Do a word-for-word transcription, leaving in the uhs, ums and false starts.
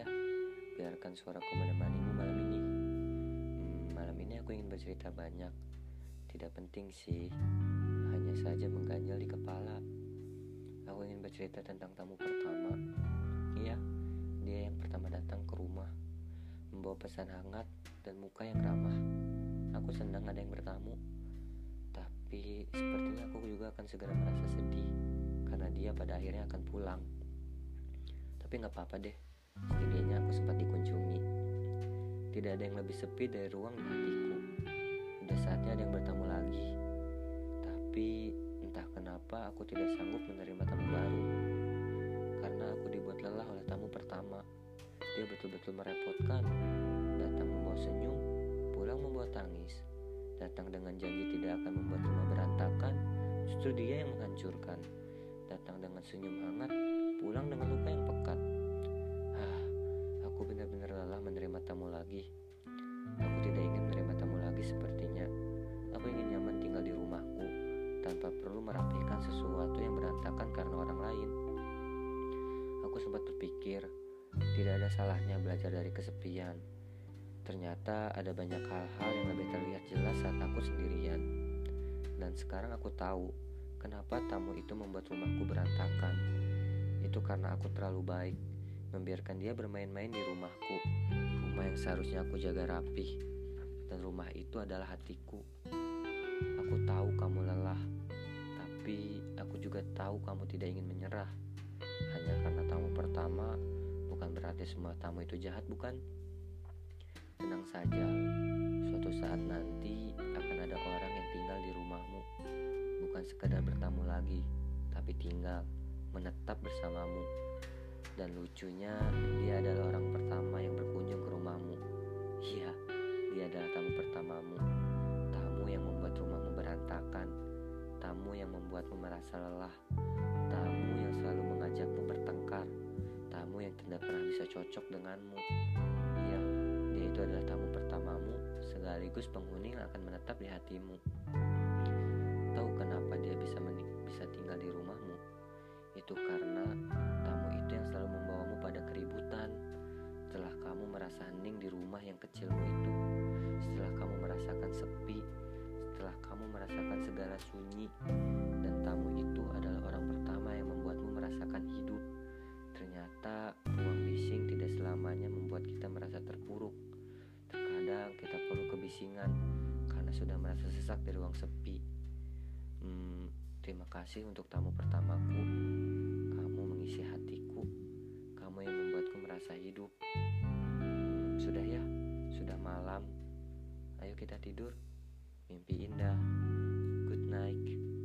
biarkan suaraku menemanimu malam ini. Hmm, malam ini aku ingin bercerita banyak. Tidak penting sih, hanya saja mengganjal di kepala. Aku ingin bercerita tentang tamu pertama. Iya, dia yang pertama datang ke rumah, membawa pesan hangat dan muka yang ramah. Aku senang ada yang bertamu, tapi sepertinya aku juga akan segera merasa sedih karena dia pada akhirnya akan pulang. Tapi gak apa-apa deh, setidaknya aku sempat dikunjungi. Tidak ada yang lebih sepi dari ruang di hatiku. Udah saatnya ada yang bertamu lagi. Tapi entah kenapa aku tidak sanggup menerima tamu baru, karena aku dibuat lelah oleh tamu pertama. Dia betul-betul merepotkan. Datang membawa senyum, pulang membawa tangis. Datang dengan janji tidak akan membuat rumah berantakan, justru dia yang menghancurkan. Datang dengan senyum hangat, pulang dengan luka yang pekat. Ah, aku benar-benar lelah menerima tamu lagi. Aku tidak ingin menerima tamu lagi sepertinya. Aku ingin nyaman tinggal di rumahku, tanpa perlu merapikan sesuatu yang berantakan karena orang lain. Aku sempat berpikir, tidak ada salahnya belajar dari kesepian. Ternyata ada banyak hal-hal yang lebih terlihat jelas saat aku sendirian. Dan sekarang aku tahu kenapa tamu itu membuat rumahku berantakan. Itu karena aku terlalu baik membiarkan dia bermain-main di rumahku, rumah yang seharusnya aku jaga rapih. Dan rumah itu adalah hatiku. Aku tahu kamu lelah, tapi aku juga tahu kamu tidak ingin menyerah. Hanya karena tamu pertama, bukan berarti semua tamu itu jahat, bukan? Tenang saja, suatu saat nanti akan ada orang yang tinggal di rumahmu. Bukan sekadar bertamu lagi, tapi tinggal, menetap bersamamu. Dan lucunya, dia adalah orang pertama yang berkunjung ke rumahmu. Iya, dia adalah tamu pertamamu. Tamu yang membuat rumahmu berantakan. Tamu yang membuatmu merasa lelah. Tamu yang selalu mengajakmu bertengkar. Tamu yang tidak pernah bisa cocok denganmu. Iya, dia itu adalah tamu pertamamu, sekaligus penghuni yang akan menetap di hatimu. Tahu kenapa dia bisa menik- bisa tinggal di rumahmu? Itu karena tamu itu yang selalu membawamu pada keributan. Setelah kamu merasa hening di rumah yang kecilmu itu, setelah kamu merasakan sepi, setelah kamu merasakan segala sunyi, dan tamu itu adalah orang pertama yang membuatmu merasakan hidup. Ternyata ruang bising tidak selamanya membuat kita merasa terpuruk. Terkadang kita perlu kebisingan karena sudah merasa sesak di ruang sepi. Hmm, terima kasih untuk tamu pertamaku. Kamu mengisi hatiku. Kamu yang membuatku merasa hidup. Hmm, sudah ya, sudah malam. Ayo kita tidur. Mimpi indah. Good night.